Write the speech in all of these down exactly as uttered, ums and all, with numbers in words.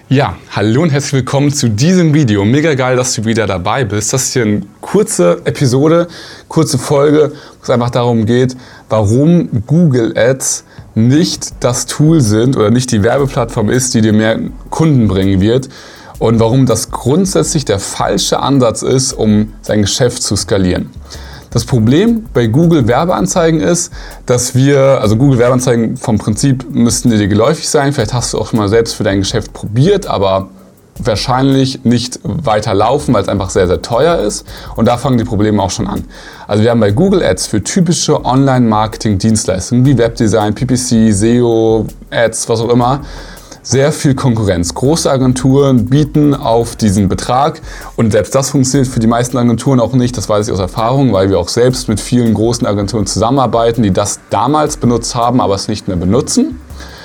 Ja, hallo und herzlich willkommen zu diesem Video. Mega geil, dass du wieder dabei bist. Das ist hier eine kurze Episode, kurze Folge, wo es einfach darum geht, warum Google Ads nicht das Tool sind oder nicht die Werbeplattform ist, die dir mehr Kunden bringen wird und warum das grundsätzlich der falsche Ansatz ist, um sein Geschäft zu skalieren. Das Problem bei Google Werbeanzeigen ist, dass wir, also Google Werbeanzeigen vom Prinzip müssten dir geläufig sein. Vielleicht hast du auch schon mal selbst für dein Geschäft probiert, aber wahrscheinlich nicht weiter laufen, weil es einfach sehr, sehr teuer ist. Und da fangen die Probleme auch schon an. Also wir haben bei Google Ads für typische Online-Marketing-Dienstleistungen wie Webdesign, P P C, S E O, Ads, was auch immer, sehr viel Konkurrenz. Große Agenturen bieten auf diesen Betrag und selbst das funktioniert für die meisten Agenturen auch nicht. Das weiß ich aus Erfahrung, weil wir auch selbst mit vielen großen Agenturen zusammenarbeiten, die das damals benutzt haben, aber es nicht mehr benutzen.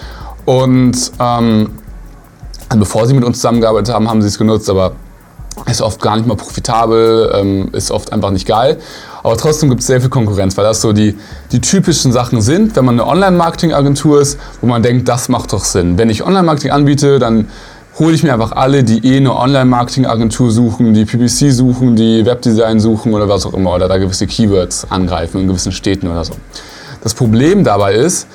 Und ähm, bevor sie mit uns zusammengearbeitet haben, haben sie es genutzt, aber ist oft gar nicht mal profitabel, ähm, ist oft einfach nicht geil. Aber trotzdem gibt es sehr viel Konkurrenz, weil das so die, die typischen Sachen sind, wenn man eine Online-Marketing-Agentur ist, wo man denkt, das macht doch Sinn. Wenn ich Online-Marketing anbiete, dann hole ich mir einfach alle, die eh eine Online-Marketing-Agentur suchen, die P P C suchen, die Webdesign suchen oder was auch immer, oder da gewisse Keywords angreifen in gewissen Städten oder so. Das Problem dabei ist,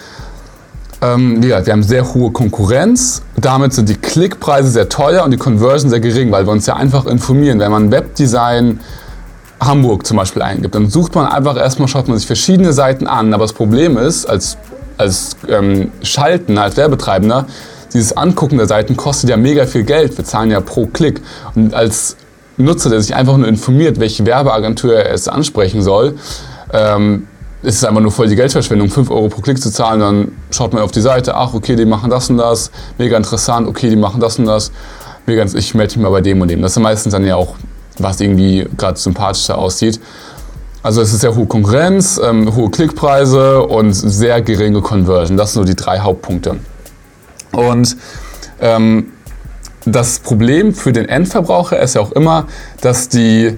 Ähm, ja, wir haben sehr hohe Konkurrenz, damit sind die Klickpreise sehr teuer und die Conversion sehr gering, weil wir uns ja einfach informieren. Wenn man Webdesign Hamburg zum Beispiel eingibt, dann sucht man einfach erstmal, schaut man sich verschiedene Seiten an, aber das Problem ist, als, als ähm, Schalten, als Werbetreibender, dieses Angucken der Seiten kostet ja mega viel Geld, wir zahlen ja pro Klick. Und als Nutzer, der sich einfach nur informiert, welche Werbeagentur er es ansprechen soll, ähm, es ist einfach nur voll die Geldverschwendung, fünf Euro pro Klick zu zahlen, dann schaut man auf die Seite, ach okay, die machen das und das, mega interessant, okay, die machen das und das, mega, ich melde mich mal bei dem und dem. Das ist meistens dann ja auch, was irgendwie gerade sympathischer aussieht. Also es ist sehr hohe Konkurrenz, ähm, hohe Klickpreise und sehr geringe Conversion. Das sind so die drei Hauptpunkte. Und ähm, das Problem für den Endverbraucher ist ja auch immer, dass die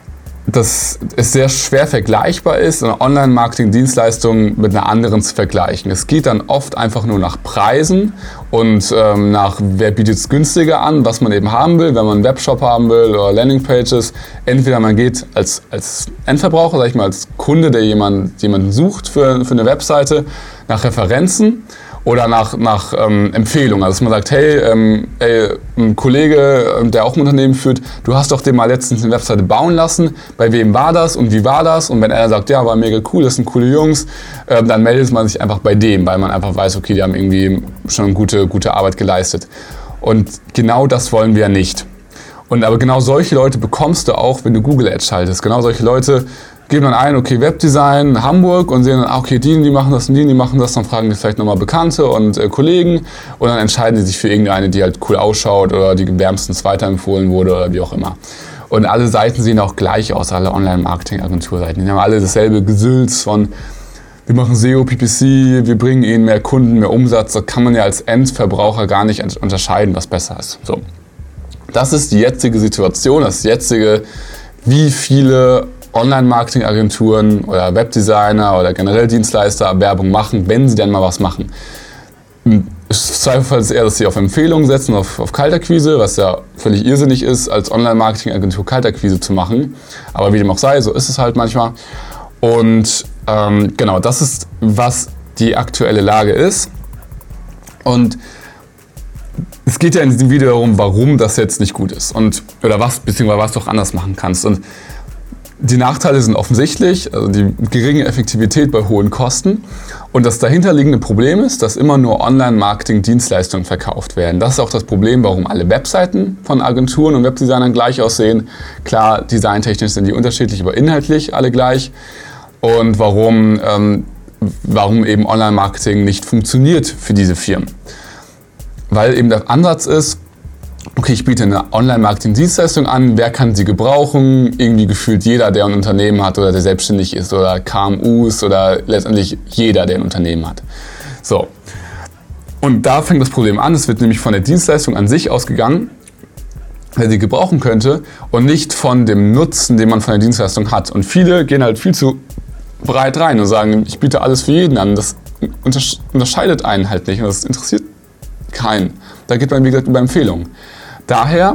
dass es sehr schwer vergleichbar ist, eine Online-Marketing-Dienstleistung mit einer anderen zu vergleichen. Es geht dann oft einfach nur nach Preisen und ähm, nach, wer bietet es günstiger an, was man eben haben will, wenn man einen Webshop haben will oder Landingpages. Entweder man geht als, als Endverbraucher, sag ich mal, als Kunde, der jemand, jemanden sucht für, für eine Webseite, nach Referenzen oder nach, nach ähm, Empfehlungen. Also dass man sagt, hey, ähm, ey, ein Kollege, der auch ein Unternehmen führt, du hast doch den mal letztens eine Webseite bauen lassen. Bei wem war das und wie war das? Und wenn er sagt, ja, war mega cool, das sind coole Jungs, äh, dann meldet man sich einfach bei dem, weil man einfach weiß, okay, die haben irgendwie schon gute, gute Arbeit geleistet. Und genau das wollen wir ja nicht. Und aber genau solche Leute bekommst du auch, wenn du Google Ads schaltest. Genau solche Leute geben dann ein, okay, Webdesign Hamburg und sehen dann, okay, die, die machen das und die, die machen das, dann fragen die vielleicht nochmal Bekannte und äh, Kollegen und dann entscheiden die sich für irgendeine, die halt cool ausschaut oder die wärmstens weiterempfohlen wurde oder wie auch immer. Und alle Seiten sehen auch gleich aus, alle Online-Marketing-Agenturseiten. Die haben alle dasselbe Gesülz von, wir machen S E O, P P C, wir bringen ihnen mehr Kunden, mehr Umsatz. Da kann man ja als Endverbraucher gar nicht unterscheiden, was besser ist. So. Das ist die jetzige Situation, das jetzige, wie viele Online-Marketing-Agenturen oder Webdesigner oder generell Dienstleister Werbung machen, wenn sie denn mal was machen. Im Zweifelsfall ist eher, dass sie auf Empfehlungen setzen, auf, auf Kaltakquise, was ja völlig irrsinnig ist, als Online-Marketing-Agentur Kaltakquise zu machen. Aber wie dem auch sei, so ist es halt manchmal. Und ähm, genau, das ist, was die aktuelle Lage ist. Und es geht ja in diesem Video darum, warum das jetzt nicht gut ist und oder was, beziehungsweise was du auch anders machen kannst. Und die Nachteile sind offensichtlich, also die geringe Effektivität bei hohen Kosten und das dahinterliegende Problem ist, dass immer nur Online-Marketing-Dienstleistungen verkauft werden. Das ist auch das Problem, warum alle Webseiten von Agenturen und Webdesignern gleich aussehen. Klar, designtechnisch sind die unterschiedlich, aber inhaltlich alle gleich. Und warum, ähm, warum eben Online-Marketing nicht funktioniert für diese Firmen. Weil eben der Ansatz ist, okay, ich biete eine Online-Marketing-Dienstleistung an, wer kann sie gebrauchen? Irgendwie gefühlt jeder, der ein Unternehmen hat oder der selbstständig ist oder K M Us oder letztendlich jeder, der ein Unternehmen hat. So. Und da fängt das Problem an, es wird nämlich von der Dienstleistung an sich ausgegangen, wer sie gebrauchen könnte und nicht von dem Nutzen, den man von der Dienstleistung hat. Und viele gehen halt viel zu breit rein und sagen, ich biete alles für jeden an. Das unterscheidet einen halt nicht und das interessiert Keinen. Da geht man, wie gesagt, über Empfehlungen. Daher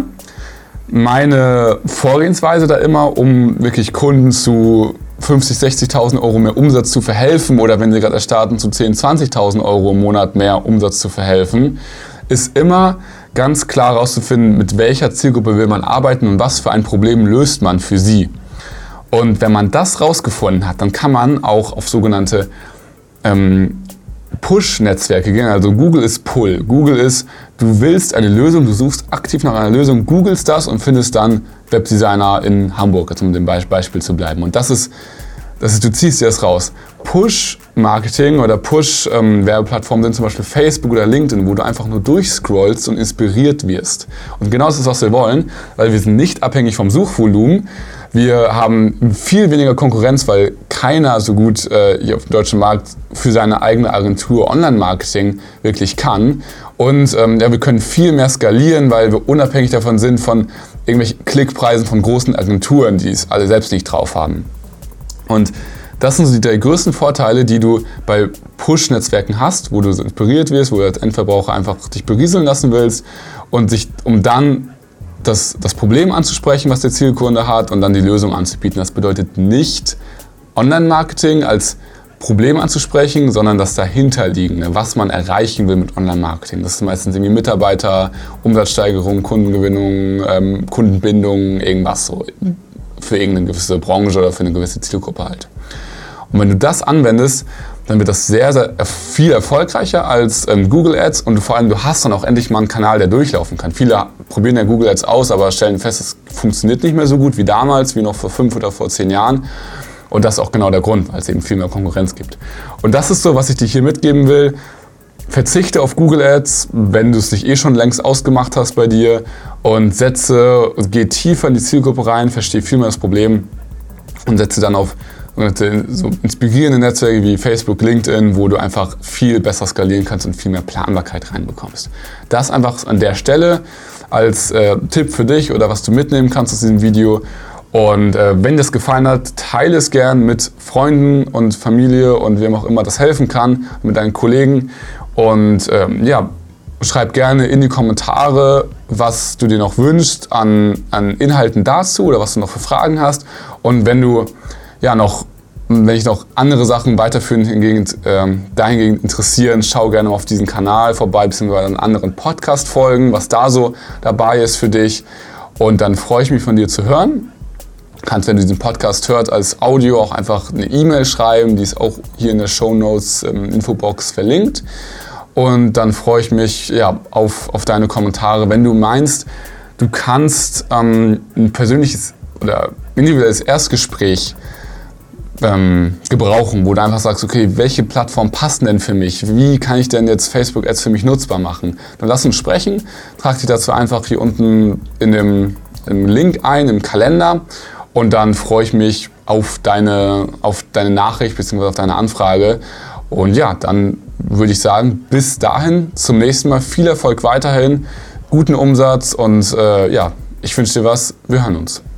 meine Vorgehensweise da immer, um wirklich Kunden zu fünfzigtausend, sechzigtausend Euro mehr Umsatz zu verhelfen oder wenn sie gerade starten, zu zehntausend, zwanzigtausend Euro im Monat mehr Umsatz zu verhelfen, ist immer ganz klar herauszufinden, mit welcher Zielgruppe will man arbeiten und was für ein Problem löst man für sie. Und wenn man das rausgefunden hat, dann kann man auch auf sogenannte ähm, Push-Netzwerke gehen. Also Google ist Pull. Google ist, du willst eine Lösung, du suchst aktiv nach einer Lösung, googelst das und findest dann Webdesigner in Hamburg, um dem Beispiel zu bleiben. Und das ist, das ist, du ziehst dir das raus. Push-Marketing oder Push-Werbeplattformen sind zum Beispiel Facebook oder LinkedIn, wo du einfach nur durchscrollst und inspiriert wirst. Und genau das ist, was wir wollen, weil wir sind nicht abhängig vom Suchvolumen. Wir haben viel weniger Konkurrenz, weil keiner so gut äh, hier auf dem deutschen Markt für seine eigene Agentur Online-Marketing wirklich kann. Und ähm, ja, wir können viel mehr skalieren, weil wir unabhängig davon sind von irgendwelchen Klickpreisen von großen Agenturen, die es alle selbst nicht drauf haben. Und das sind so die drei größten Vorteile, die du bei Push-Netzwerken hast, wo du so inspiriert wirst, wo du als Endverbraucher einfach dich berieseln lassen willst und sich, um dann das, das Problem anzusprechen, was der Zielkunde hat und dann die Lösung anzubieten. Das bedeutet nicht Online-Marketing als Problem anzusprechen, sondern das dahinterliegende, was man erreichen will mit Online-Marketing. Das ist meistens irgendwie Mitarbeiter, Umsatzsteigerung, Kundengewinnung, ähm, Kundenbindung, irgendwas so für irgendeine gewisse Branche oder für eine gewisse Zielgruppe halt. Und wenn du das anwendest, dann wird das sehr, sehr viel erfolgreicher als ähm, Google Ads und vor allem du hast dann auch endlich mal einen Kanal, der durchlaufen kann. Viele probieren ja Google Ads aus, aber stellen fest, es funktioniert nicht mehr so gut wie damals, wie noch vor fünf oder vor zehn Jahren. Und das ist auch genau der Grund, weil es eben viel mehr Konkurrenz gibt. Und das ist so, was ich dir hier mitgeben will. Verzichte auf Google Ads, wenn du es dich eh schon längst ausgemacht hast bei dir und setze, geh tiefer in die Zielgruppe rein, verstehe viel mehr das Problem und setze dann auf so inspirierende Netzwerke wie Facebook, LinkedIn, wo du einfach viel besser skalieren kannst und viel mehr Planbarkeit reinbekommst. Das einfach an der Stelle als äh, Tipp für dich oder was du mitnehmen kannst aus diesem Video. Und äh, wenn dir das gefallen hat, teile es gern mit Freunden und Familie und wem auch immer das helfen kann, mit deinen Kollegen. Und ähm, ja, schreib gerne in die Kommentare, was du dir noch wünschst an, an Inhalten dazu oder was du noch für Fragen hast. Und wenn du ja noch, wenn dich noch andere Sachen weiterführend hingegen, ähm, dahingehend interessieren, schau gerne auf diesen Kanal vorbei, beziehungsweise an anderen Podcast-Folgen, was da so dabei ist für dich. Und dann freue ich mich von dir zu hören. Du kannst, wenn du diesen Podcast hörst, als Audio auch einfach eine E-Mail schreiben, die ist auch hier in der Shownotes, ähm, Infobox verlinkt. Und dann freue ich mich ja, auf, auf deine Kommentare. Wenn du meinst, du kannst ähm, ein persönliches oder individuelles Erstgespräch ähm, gebrauchen, wo du einfach sagst, okay, welche Plattform passen denn für mich? Wie kann ich denn jetzt Facebook-Ads für mich nutzbar machen? Dann lass uns sprechen. Trag dich dazu einfach hier unten in dem, im Link ein, im Kalender. Und dann freue ich mich auf deine, auf deine Nachricht bzw. auf deine Anfrage. Und ja, dann würde ich sagen, bis dahin, zum nächsten Mal. Viel Erfolg weiterhin, guten Umsatz und äh, ja, ich wünsche dir was. Wir hören uns.